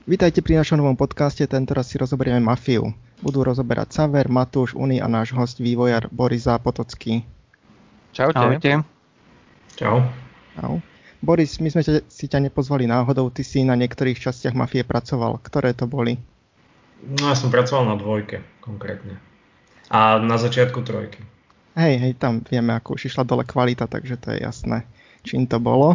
Vítajte pri našom novom podcaste, tentoraz si rozoberieme mafiu. Budú rozoberať Xaver, Matúš, Uni a náš host vývojar Boris Zápotocký. Čaute. Ahojte. Čau. Čau. Boris, my sme si ťa nepozvali náhodou, ty si na niektorých častiach mafie pracoval. Ktoré to boli? No ja som pracoval na 2 konkrétne. A na začiatku 3. Hej, tam vieme, ako už išla dole kvalita, takže to je jasné, čím to bolo.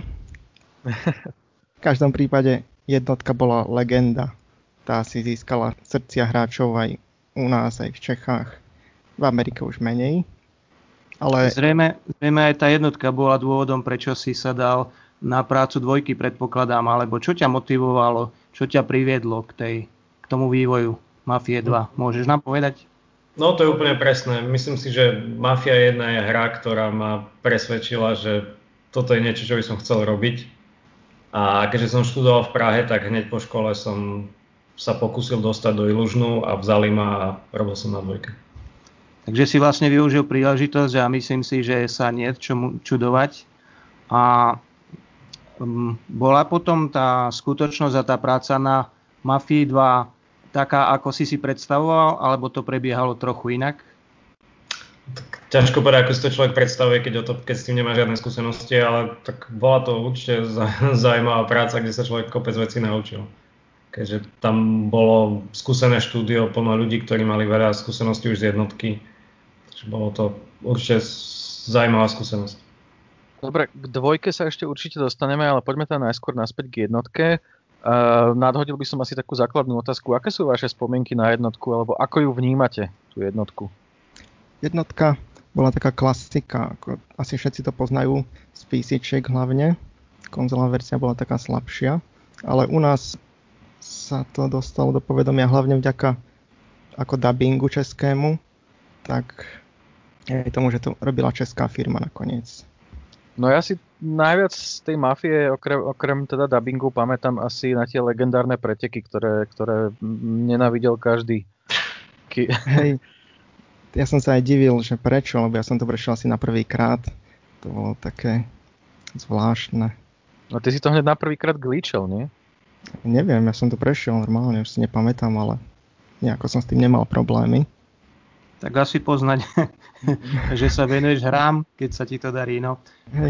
V každom prípade jednotka bola legenda. Tá si získala srdcia hráčov aj u nás, aj v Čechách. V Amerike už menej. Ale Zrejme aj tá jednotka bola dôvodom, prečo si sa dal na prácu 2, predpokladám, alebo čo ťa motivovalo, čo ťa priviedlo k tomu vývoju Mafie 2. Môžeš nám povedať? No to je úplne presné. Myslím si, že Mafia 1 je hra, ktorá ma presvedčila, že toto je niečo, čo by som chcel robiť. A keďže som študoval v Prahe, tak hneď po škole som sa pokúsil dostať do Ilužnu a vzali ma a robil som na 2. Takže si vlastne využil príležitosť a myslím si, že sa nie čomu čudovať. A bola potom tá skutočnosť a tá práca na Mafii 2 taká, ako si predstavoval, alebo to prebiehalo trochu inak? Ťažko povedať, ako si to človek predstavuje, keď s tým nemá žiadne skúsenosti, ale tak bola to určite zaujímavá práca, kde sa človek kopec vecí naučil. Keďže tam bolo skúsené štúdio plno ľudí, ktorí mali veľa skúseností už z jednotky. Takže bolo to určite zaujímavá skúsenosť. Dobre, k 2 sa ešte určite dostaneme, ale poďme tam najskôr naspäť k jednotke. Nadhodil by som asi takú základnú otázku. Aké sú vaše spomienky na jednotku, alebo ako ju vnímate, tú jednotku? jednotka bola taká klasika, ako asi všetci to poznajú z PCčiek hlavne. Konzolová verzia bola taká slabšia, ale u nás sa to dostalo do povedomia hlavne vďaka ako dubbingu českému, tak aj tomu, že to robila česká firma nakoniec. No ja si najviac z tej Mafie, okrem teda dubbingu, pamätám asi na tie legendárne preteky, ktoré nenávidel každý. Hej, ja som sa aj divil, že prečo, lebo ja som to prešiel asi na prvý krát. To bolo také zvláštne. No ty si to hneď na prvýkrát glitchol, nie? Neviem, ja som to prešiel normálne, už si nepamätám, ale nejako som s tým nemal problémy. Tak asi poznať, že sa venuješ hrám, keď sa ti to darí. No. V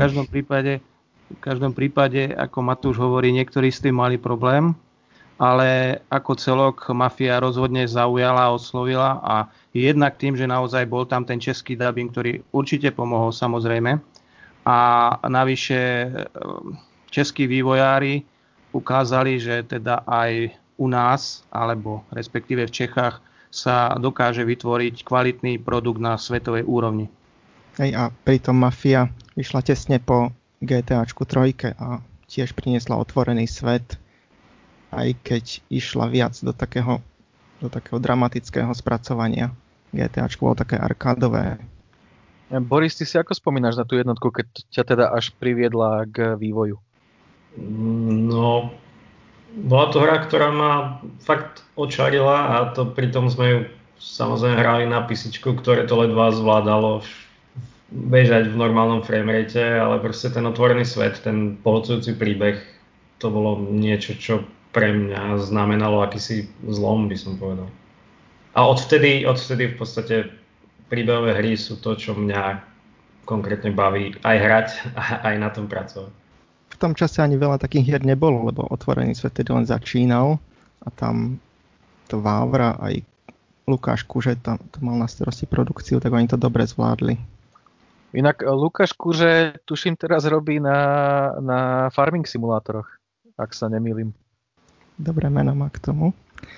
každom prípade, ako Matúš hovorí, niektorí s tým mali problém, ale ako celok Mafia rozhodne zaujala a oslovila a jednak tým, že naozaj bol tam ten český dubbing, ktorý určite pomohol samozrejme. A navyše českí vývojári ukázali, že teda aj u nás, alebo respektíve v Čechách, sa dokáže vytvoriť kvalitný produkt na svetovej úrovni. Hej, a pritom Mafia vyšla tesne po GTAčku 3 a tiež priniesla otvorený svet, aj keď išla viac do takého dramatického spracovania. GTAčko bolo také arkádové. Boris, ty si ako spomínaš na tú jednotku, keď ťa teda až priviedla k vývoju? No, bola to hra, ktorá ma fakt očarila a to pritom sme ju samozrejme hrali na písičku, ktoré to ledva zvládalo bežať v normálnom framerate, ale proste ten otvorený svet, ten pohlcujúci príbeh, to bolo niečo, čo pre mňa znamenalo akýsi zlom, by som povedal. A odvtedy v podstate príbehové hry sú to, čo mňa konkrétne baví aj hrať a aj na tom pracovať. V tom čase ani veľa takých hier nebolo, lebo otvorený svet tedy len začínal a tam to Vávra aj Lukáš Kuže to mal na starosti produkciu, tak oni to dobre zvládli. Inak Lukáš Kuže, tuším, teraz robí na farming simulátoroch, ak sa nemýlim. Dobré meno má k tomu.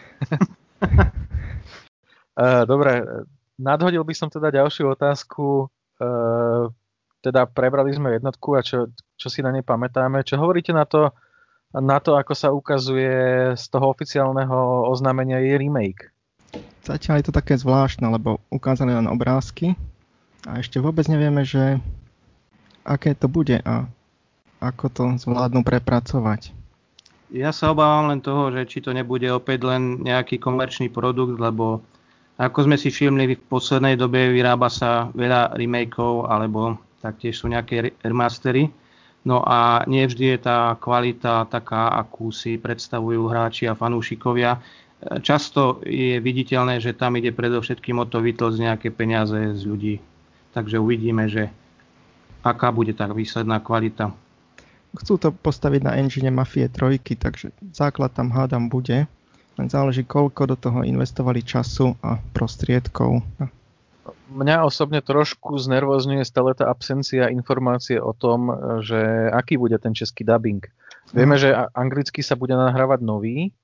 Dobre, nadhodil by som teda ďalšiu otázku. Teda prebrali sme jednotku a čo si na nej pamätáme. Čo hovoríte na to, ako sa ukazuje z toho oficiálneho oznámenia jej remake? Zatiaľ je to také zvláštne, lebo ukázali len obrázky a ešte vôbec nevieme, že aké to bude a ako to zvládnu prepracovať. Ja sa obávam len toho, že či to nebude opäť len nejaký komerčný produkt, lebo ako sme si všimli, v poslednej dobe vyrába sa veľa remakeov alebo taktiež sú nejaké remastery. No a nie vždy je tá kvalita taká, akú si predstavujú hráči a fanúšikovia. Často je viditeľné, že tam ide predovšetkým o to vytlcť nejaké peniaze z ľudí. Takže uvidíme, že aká bude tá výsledná kvalita. Chcú to postaviť na engine Mafie 3, takže základ tam hádam bude. Len záleží, koľko do toho investovali času a prostriedkov. Mňa osobne trošku znervozňuje stále tá absencia informácie o tom, že aký bude ten český dubbing. Vieme, že anglicky sa bude nahrávať nový.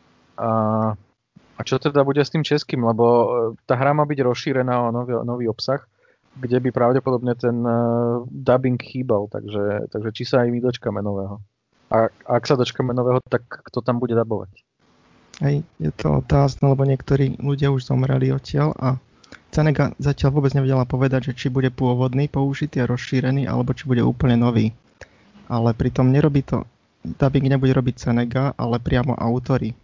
A čo teda bude s tým českým? Lebo tá hra má byť rozšírená o nový obsah, kde by pravdepodobne ten dubbing chýbal. Takže či sa aj my dočkame nového. A ak sa dočkame nového, tak kto tam bude dabovať? Hej, je to otázne, lebo niektorí ľudia už zomreli odtiaľ a Cenega zatiaľ vôbec nevedela povedať, že či bude pôvodný použitý a rozšírený, alebo či bude úplne nový. Ale pritom dubbing nebude robiť Cenega, ale priamo autori.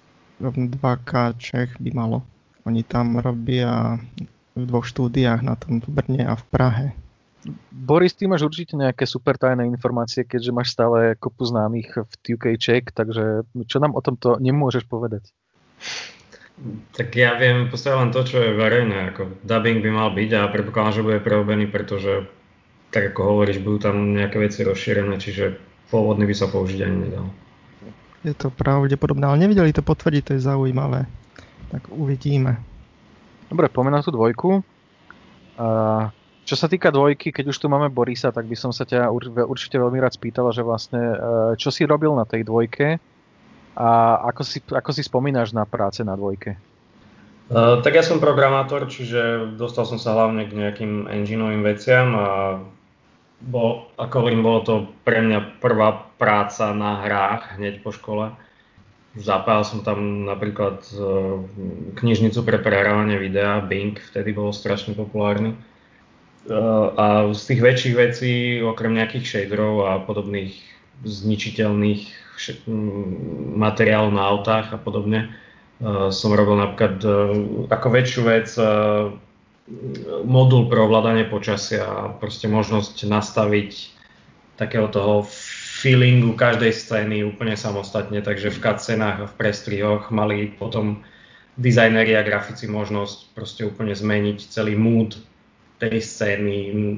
2K Čech by malo. Oni tam robia v 2 štúdiách, na tom v Brne a v Prahe. Boris, ty máš určite nejaké super tajné informácie, keďže máš stále kopu známych v 2K Czech, takže čo nám o tomto nemôžeš povedať? Tak ja viem postaviť len to, čo je verejné. Ako dubbing by mal byť a predpokladám, že bude prerobený, pretože tak ako hovoríš, budú tam nejaké veci rozšírené, čiže pôvodný by sa použiť ani nedal. Je to pravdepodobné, ale nevideli to potvrdiť, to je zaujímavé. Tak uvidíme. Dobre, pomenám tú 2. Čo sa týka 2, keď už tu máme Borisa, tak by som sa ťa určite veľmi rád spýtal, že vlastne čo si robil na tej 2 a ako si spomínaš na práce na 2? Tak ja som programátor, čiže dostal som sa hlavne k nejakým engineovým veciam a ako hovorím, bolo to pre mňa prvá práca na hrách hneď po škole. Zapájal som tam napríklad knižnicu pre prehrávanie videa, Bing, vtedy bol strašne populárny. A z tých väčších vecí, okrem nejakých shaderov a podobných zničiteľných materiálov na autách a podobne, som robil napríklad ako väčšiu vec modul pre ovládanie počasia a proste možnosť nastaviť takého toho feelingu každej scény úplne samostatne, takže v cutscenách a v prestrihoch mali potom dizajneri a grafici možnosť proste úplne zmeniť celý mood tej scény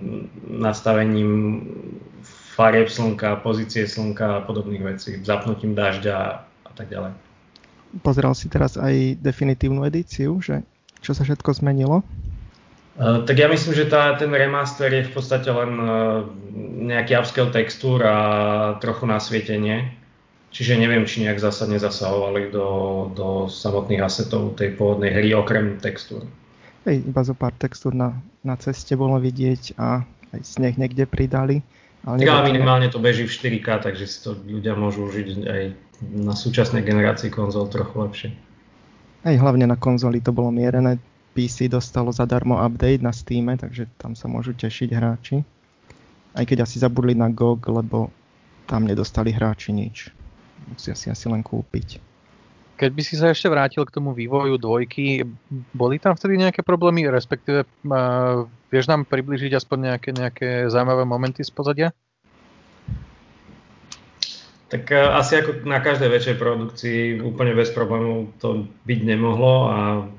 nastavením farieb slnka, pozície slnka a podobných vecí, zapnutím dažďa a tak ďalej. Pozeral si teraz aj definitívnu edíciu, že čo sa všetko zmenilo? Tak ja myslím, že ten remaster je v podstate len nejaký upscale textúr a trochu nasvietenie. Čiže neviem, či nejak zásadne zasahovali do samotných asetov tej pôvodnej hry, okrem textúr. Iba zo pár textúr na ceste bolo vidieť a aj sneh niekde pridali. Ale minimálne to beží v 4K, takže si to ľudia môžu užiť aj na súčasnej generácii konzol trochu lepšie. Aj hlavne na konzoli to bolo mierené. PC dostalo zadarmo update na Steame, takže tam sa môžu tešiť hráči. Aj keď asi zabudli na GOG, lebo tam nedostali hráči nič. Musia si asi len kúpiť. Keď by si sa ešte vrátil k tomu vývoju 2, boli tam vtedy nejaké problémy, respektíve vieš nám približiť aspoň nejaké zaujímavé momenty z pozadia? Tak asi ako na každej väčšej produkcii úplne bez problémov to byť nemohlo a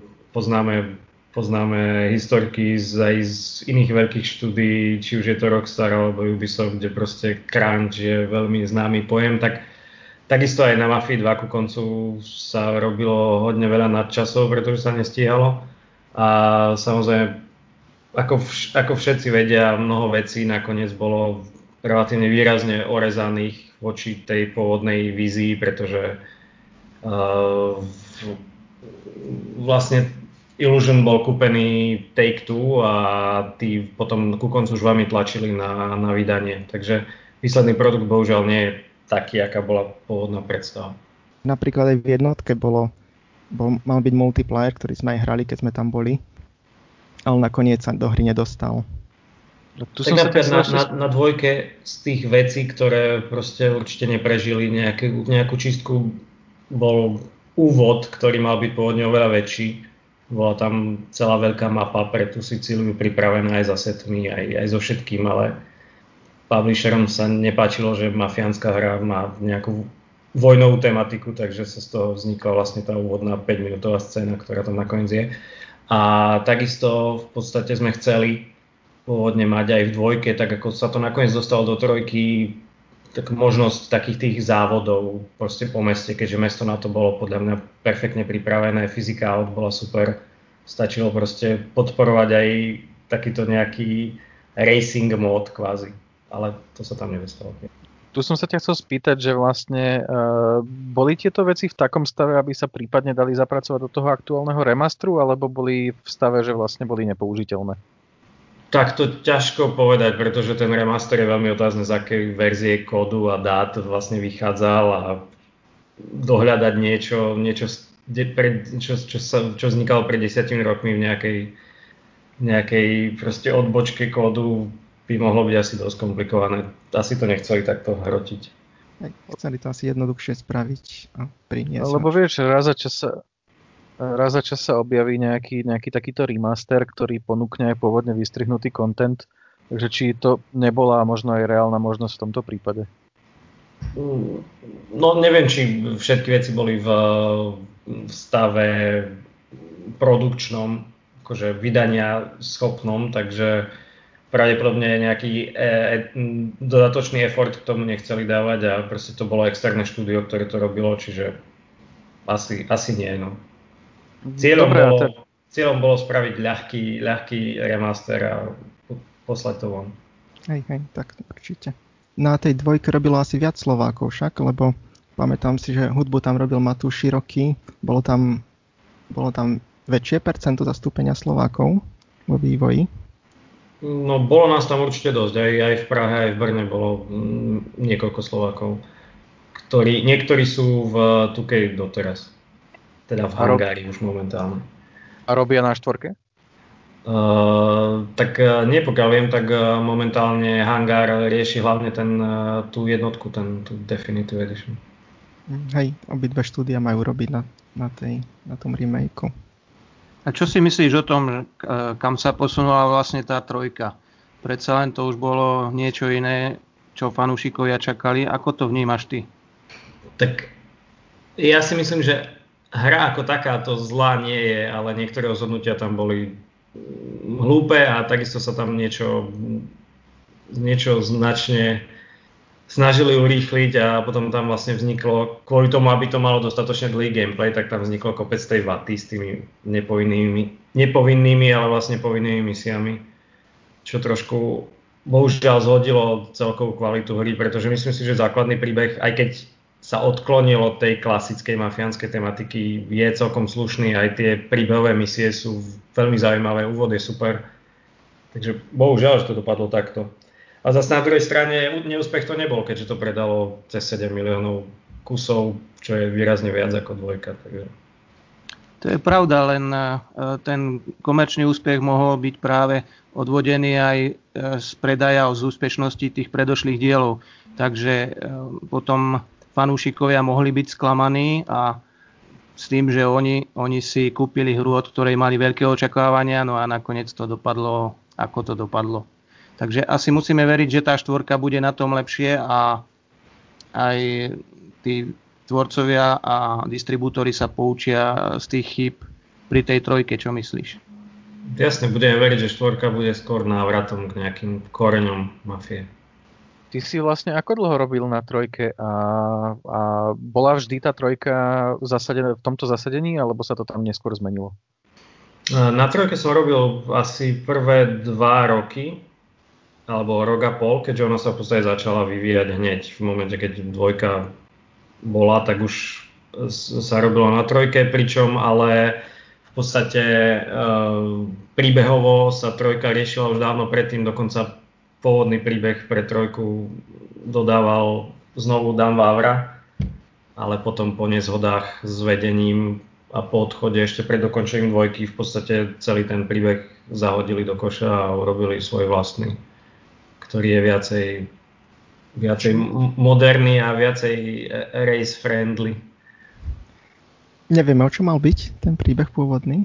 poznáme historky aj z iných veľkých štúdií, či už je to Rockstar alebo Ubisoft, kde proste crunch je veľmi známy pojem, takisto aj na Mafii 2 ku koncu sa robilo hodne veľa nadčasov, pretože sa nestíhalo a samozrejme, ako všetci vedia, mnoho vecí nakoniec bolo relatívne výrazne orezaných voči tej pôvodnej vízii, pretože vlastne Illusion bol kúpený Take-Two a tí potom ku koncu už veľmi tlačili na vydanie. Takže výsledný produkt bohužiaľ nie je taký, aká bola pôvodná predstava. Napríklad aj v jednotke mal byť multiplayer, ktorý sme aj hrali, keď sme tam boli, ale nakoniec sa do hry nedostal. Tak napríklad na 2 z tých vecí, ktoré proste určite neprežili nejakú čistku, bol úvod, ktorý mal byť pôvodne oveľa väčší. Bola tam celá veľká mapa pre tú Sicíliu pripravená aj za setmi, aj so všetkým, ale publisherom sa nepáčilo, že mafiánska hra má nejakú vojnovú tematiku, takže sa z toho vznikla vlastne tá úvodná 5-minútová scéna, ktorá tam nakoniec je. A takisto v podstate sme chceli pôvodne mať aj v dvojke, tak ako sa to nakoniec dostalo do trojky, tak možnosť takých tých závodov proste po meste, keďže mesto na to bolo podľa mňa perfektne pripravené, fyzika aut bola super, stačilo proste podporovať aj takýto nejaký racing mód kvázi, ale to sa tam nedostalo. Tu som sa ťa chcel spýtať, že vlastne boli tieto veci v takom stave, aby sa prípadne dali zapracovať do toho aktuálneho remastru, alebo boli v stave, že vlastne boli nepoužiteľné? Tak to ťažko povedať, pretože ten remaster je veľmi otázne, z akej verzie kódu a dát vlastne vychádzal a dohľadať niečo čo vznikalo pred 10 rokmi v nejakej proste odbočke kódu, by mohlo byť asi dosť komplikované. Asi to nechceli takto hrotiť. Chceli to asi jednoduchšie spraviť a priniesť. Lebo vieš, raz za čas sa objaví nejaký takýto remaster, ktorý ponúkne aj pôvodne vystrihnutý content. Takže či to nebola možno aj reálna možnosť v tomto prípade? No neviem, či všetky veci boli v stave produkčnom, akože vydania schopnom, takže pravdepodobne nejaký dodatočný effort k tomu nechceli dávať a proste to bolo externé štúdio, ktoré to robilo, čiže asi nie, no. Cieľom bolo spraviť ľahký remaster a poslať to von. Hej, tak určite. Na tej dvojke robilo asi viac Slovákov však, lebo pamätám si, že hudbu tam robil Matúš Široký, bolo tam väčšie percento zastúpenia Slovákov vo vývoji. No bolo nás tam určite dosť, aj v Prahe, aj v Brne bolo niekoľko Slovákov, niektorí sú v 2K doteraz, teda v hangári už momentálne. A robia na štvorke? Tak nie, pokiaľ viem, tak momentálne hangár rieši hlavne tú jednotku, tú Definitive Edition. Hej, obidve štúdia majú robiť na tom remakeu. A čo si myslíš o tom, kam sa posunula vlastne tá trojka? Predsa len to už bolo niečo iné, čo fanúšikovia čakali. Ako to vnímaš ty? Tak ja si myslím, že hra ako takáto zlá nie je, ale niektoré rozhodnutia tam boli hlúpe a takisto sa tam niečo značne snažili urýchliť a potom tam vlastne vzniklo, kvôli tomu, aby to malo dostatočne dlhý gameplay, tak tam vzniklo kopec tej vaty s tými nepovinnými, ale vlastne povinnými misiami, čo trošku bohužiaľ zhodilo celkovú kvalitu hry, pretože myslím si, že základný príbeh, aj keď sa odklonil od tej klasickej mafiánskej tematiky, je celkom slušný, aj tie príbehové misie sú veľmi zaujímavé, úvod je super, takže bohužiaľ, že to dopadlo takto. A zase na druhej strane neúspech to nebol, keďže to predalo cez 7 miliónov kusov, čo je výrazne viac ako dvojka. Takže. To je pravda, len ten komerčný úspech mohol byť práve odvodený aj z predaja, z úspešnosti tých predošlých dielov. Takže potom fanúšikovia mohli byť sklamaní a s tým, že oni si kúpili hru, od ktorej mali veľké očakávania, no a nakoniec to dopadlo, ako to dopadlo. Takže asi musíme veriť, že tá štvorka bude na tom lepšie a aj tí tvorcovia a distribútori sa poučia z tých chýb pri tej trojke. Čo myslíš? Jasne, budeme veriť, že štvorka bude skôr návratom k nejakým koreňom mafie. Ty si vlastne ako dlho robil na trojke a bola vždy tá trojka v tomto zasadení, alebo sa to tam neskôr zmenilo? Na trojke som robil asi prvé 2 roky, alebo rok a pol, keďže ona sa v podstate začala vyvíjať hneď v momente, keď dvojka bola, tak už sa robilo na trojke, pričom ale v podstate príbehovo sa trojka riešila už dávno predtým, dokonca pôvodný príbeh pre trojku dodával znovu Dan Vávra, ale potom po nezhodách s vedením a po odchode ešte pred dokončením dvojky v podstate celý ten príbeh zahodili do koša a urobili svoj vlastný, ktorý je viacej moderný a viacej race friendly. Nevieme, o čo mal byť ten príbeh pôvodný?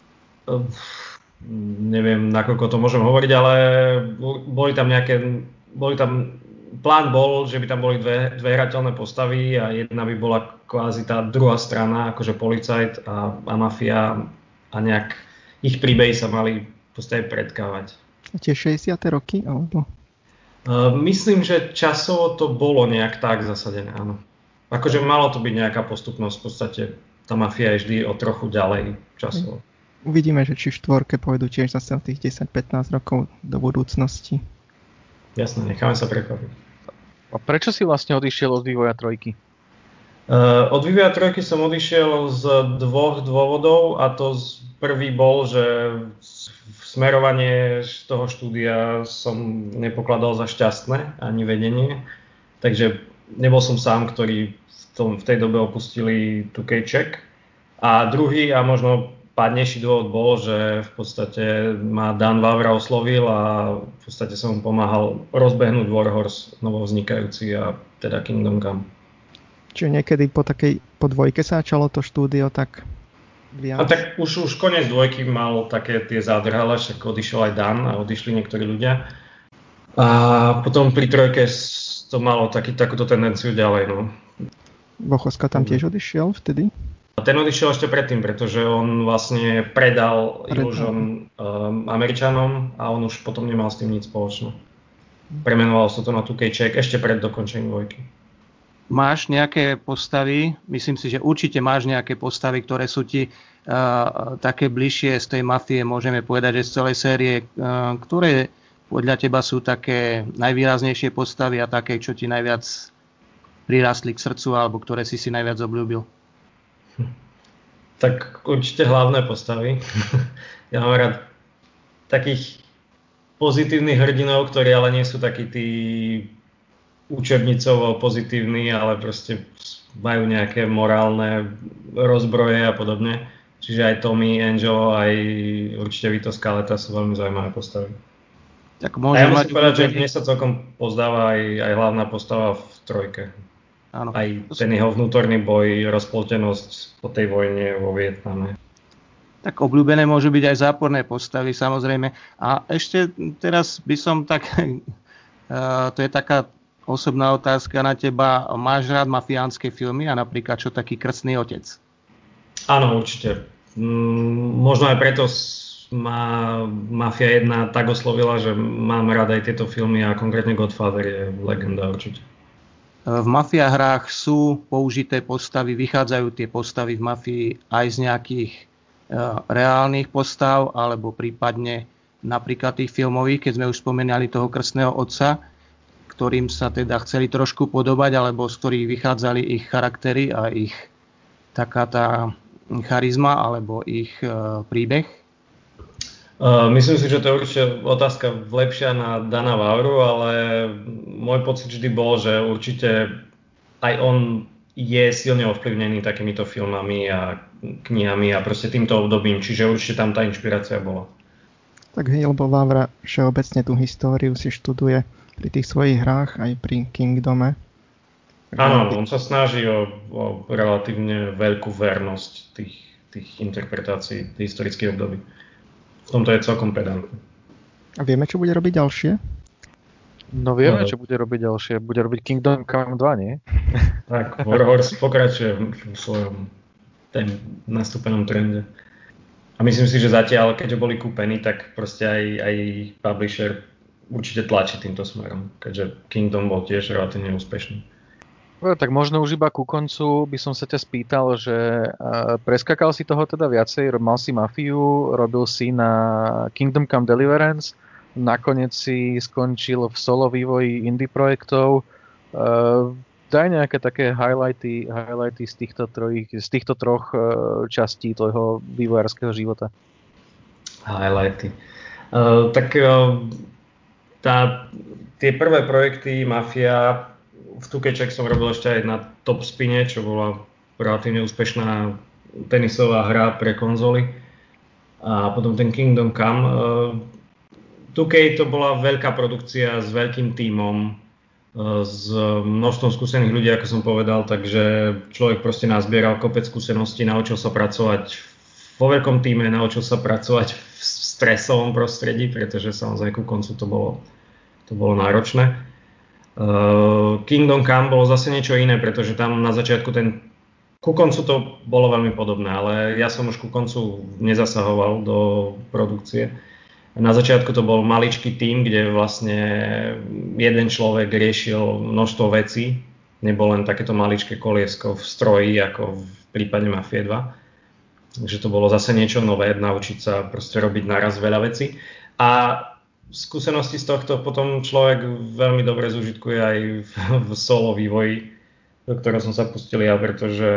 Neviem, nakoľko to môžem hovoriť, ale boli tam nejaké plán bol, že by tam boli dve hrateľné postavy a jedna by bola kvázi tá druhá strana, akože policajt a mafia a nejak ich príbehy sa mali v podstate predkávať. Tie 60. roky, alebo? Myslím, že časovo to bolo nejak tak zasadené, áno. Akože malo to byť nejaká postupnosť, v podstate tá mafia je vždy o trochu ďalej časovo. Uvidíme, že či v štvorke pôjdu tiež zase o tých 10-15 rokov do budúcnosti. Jasné, necháme sa prekvapiť. A prečo si vlastne odišiel od vývoja trojky? Od vývoja trojky som odišiel z dvoch dôvodov a to prvý bol, že smerovanie z toho štúdia som nepokladal za šťastné, ani vedenie. Takže nebol som sám, ktorí v tej dobe opustili 2K Czech. A druhý a možno pádnejší dôvod bol, že v podstate ma Dan Vávra oslovil a v podstate som mu pomáhal rozbehnúť Warhorse novovznikajúci a teda Kingdom Come. Čiže niekedy po dvojke sa začalo to štúdio tak viac? A tak už koniec dvojky mal také tie zádrhale, však odišiel aj Dan a odišli niektorí ľudia. A potom pri trojke to malo takúto tendenciu ďalej. No. Bochoska tam tiež odišiel vtedy? A ten odišiel ešte predtým, pretože on vlastne predal Illusion Američanom a on už potom nemal s tým nič spoločné. Premenovalo sa to na 2K Czech ešte pred dokončením dvojky. Máš nejaké postavy, myslím si, že určite máš nejaké postavy, ktoré sú ti také bližšie z tej mafie, môžeme povedať, že z celej série, ktoré podľa teba sú také najvýraznejšie postavy a také, čo ti najviac prirastli k srdcu alebo ktoré si najviac obľúbil? Tak určite hlavné postavy. Ja mám rád takých pozitívnych hrdinov, ktorí ale nie sú takí tí učebnicovo pozitívni, ale proste majú nejaké morálne rozbroje a podobne. Čiže aj Tommy, Angelo, aj určite Vito Scaletta sú veľmi zaujímavé postavy. Tak a ja musím povedať, že mne sa celkom pozdáva aj hlavná postava v trojke. Áno. Aj ten jeho vnútorný boj, rozpoltenosť po tej vojne vo Vietname. Tak obľúbené môžu byť aj záporné postavy, samozrejme. A ešte teraz by som tak... to je taká osobná otázka na teba. Máš rád mafiánske filmy a napríklad čo taký Krstný otec? Áno, určite. Možno aj preto ma Mafia 1 tak oslovila, že mám rád aj tieto filmy a konkrétne Godfather je legenda určite. V Mafia hrách sú použité postavy, vychádzajú tie postavy v Mafii aj z nejakých reálnych postav, alebo prípadne napríklad tých filmových, keď sme už spomenali toho Krstného otca, ktorým sa teda chceli trošku podobať, alebo z ktorých vychádzali ich charaktery a ich taká tá charizma, alebo ich príbeh? Myslím si, že to je určite otázka lepšia na Dana Vavru, ale môj pocit vždy bol, že určite aj on je silne ovplyvnený takýmito filmami a knihami a proste týmto obdobím, čiže určite tam tá inšpirácia bola. Tak hej, lebo Vavra všeobecne tú históriu si študuje pri tých svojich hrách aj pri Kingdome. Áno, on sa snaží o relatívne veľkú vernosť tých interpretácií historických období. V tomto je celkom pedantný. A vieme, čo bude robiť ďalšie? No vieme, čo bude robiť ďalšie. Bude robiť Kingdom Come 2, nie? Tak, Warhorse pokračuje v svojom nastúpenom trende. A myslím si, že zatiaľ, keď boli kúpení, tak proste aj publisher určite tlačí týmto smerom, keďže Kingdom bol tiež relatívne úspešný. Tak možno už iba ku koncu by som sa ťa spýtal, že preskakal si toho teda viacej, mal si Mafiu, robil si na Kingdom Come Deliverance, nakoniec si skončil v solo vývoji indie projektov. Daj nejaké také highlighty z týchto troch častí tvojho vývojárskeho života. Highlighty. Tie prvé projekty Mafia, v 2K Czech som robil ešte aj na Top Spine, čo bola relatívne úspešná tenisová hra pre konzoly. A potom ten Kingdom Come. 2K to bola veľká produkcia s veľkým tímom, s množstvom skúsených ľudí, ako som povedal, takže človek proste nazbieral kopec skúseností, naučil sa pracovať vo veľkom tíme, naučil sa pracovať v stresovom prostredí, pretože samozrejme ku koncu to bolo to bolo náročné. Kingdom Come bolo zase niečo iné, pretože tam na začiatku ku koncu to bolo veľmi podobné, ale ja som už ku koncu nezasahoval do produkcie. Na začiatku to bol maličký tím, kde vlastne jeden človek riešil množstvo vecí. Nebol len takéto maličké koliesko v stroji, ako v prípade Mafie 2. Takže to bolo zase niečo nové, naučiť sa proste robiť naraz veľa vecí. A skúsenosti z tohto potom človek veľmi dobre zúžitkuje aj v solo vývoji, do ktorého som sa pustil ja, pretože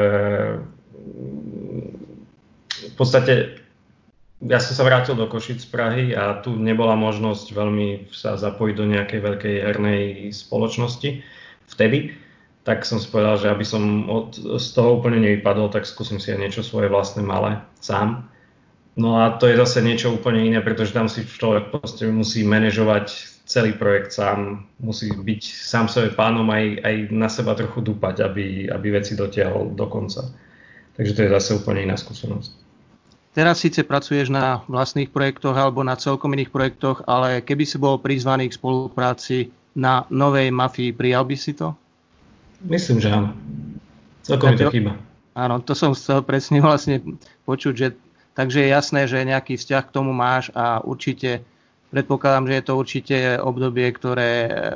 v podstate ja som sa vrátil do Košic z Prahy a tu nebola možnosť veľmi sa zapojiť do nejakej veľkej hernej spoločnosti vtedy. Tak som si povedal, že aby som z toho úplne nevypadol, tak skúsim si aj niečo svoje vlastné malé sám. No a to je zase niečo úplne iné, pretože tam si človek musí manažovať celý projekt sám, musí byť sám sebe pánom, aj na seba trochu dúpať, aby veci dotiahol do konca. Takže to je zase úplne iná skúsenosť. Teraz síce pracuješ na vlastných projektoch alebo na celkom iných projektoch, ale keby si bol prizvaný k spolupráci na novej Mafii, prijal by si to? Myslím, že áno. Celkom mi to chýba. Áno, to som chcel presne vlastne počuť, že takže je jasné, že nejaký vzťah k tomu máš a určite predpokladám, že je to určite obdobie, ktoré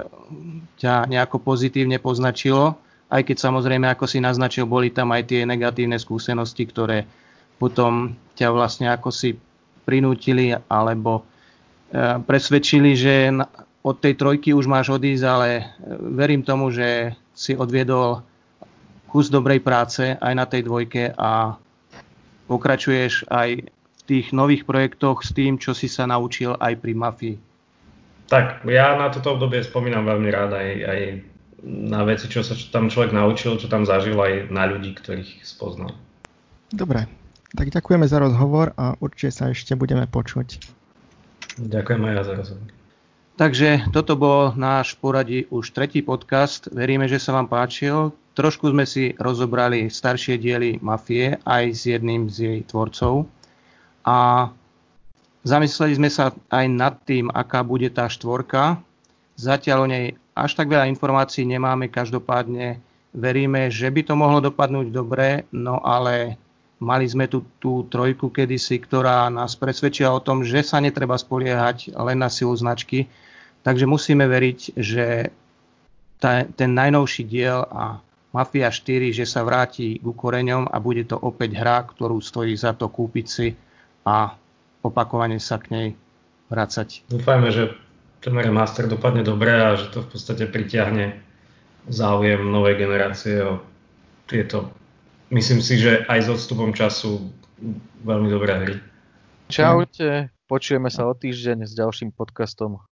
ťa nejako pozitívne poznačilo, aj keď samozrejme, ako si naznačil, boli tam aj tie negatívne skúsenosti, ktoré potom ťa vlastne ako si prinútili alebo presvedčili, že od tej trojky už máš odísť, ale verím tomu, že si odviedol kus dobrej práce aj na tej dvojke a pokračuješ aj v tých nových projektoch s tým, čo si sa naučil aj pri Mafii. Tak, ja na toto obdobie spomínam veľmi rád aj na veci, čo sa tam človek naučil, čo tam zažil, aj na ľudí, ktorých spoznal. Dobre, tak ďakujeme za rozhovor a určite sa ešte budeme počuť. Ďakujem aj ja za rozhovor. Takže toto bol náš poradí už 3. podcast. Veríme, že sa vám páčil. Trošku sme si rozobrali staršie diely Mafie aj s jedným z jej tvorcov. A zamysleli sme sa aj nad tým, aká bude tá štvorka. Zatiaľ o nej až tak veľa informácií nemáme, každopádne veríme, že by to mohlo dopadnúť dobre, no ale mali sme tu tú trojku kedysi, ktorá nás presvedčila o tom, že sa netreba spoliehať len na silu značky. Takže musíme veriť, že ten najnovší diel a Mafia 4, že sa vráti ku koreňom a bude to opäť hra, ktorú stojí za to kúpiť si a opakovane sa k nej vracať. Dúfajme, že ten remaster dopadne dobre a že to v podstate pritiahne záujem novej generácie o tieto, myslím si, že aj s odstupom času veľmi dobré hry. Čaute, počujeme sa o týždeň s ďalším podcastom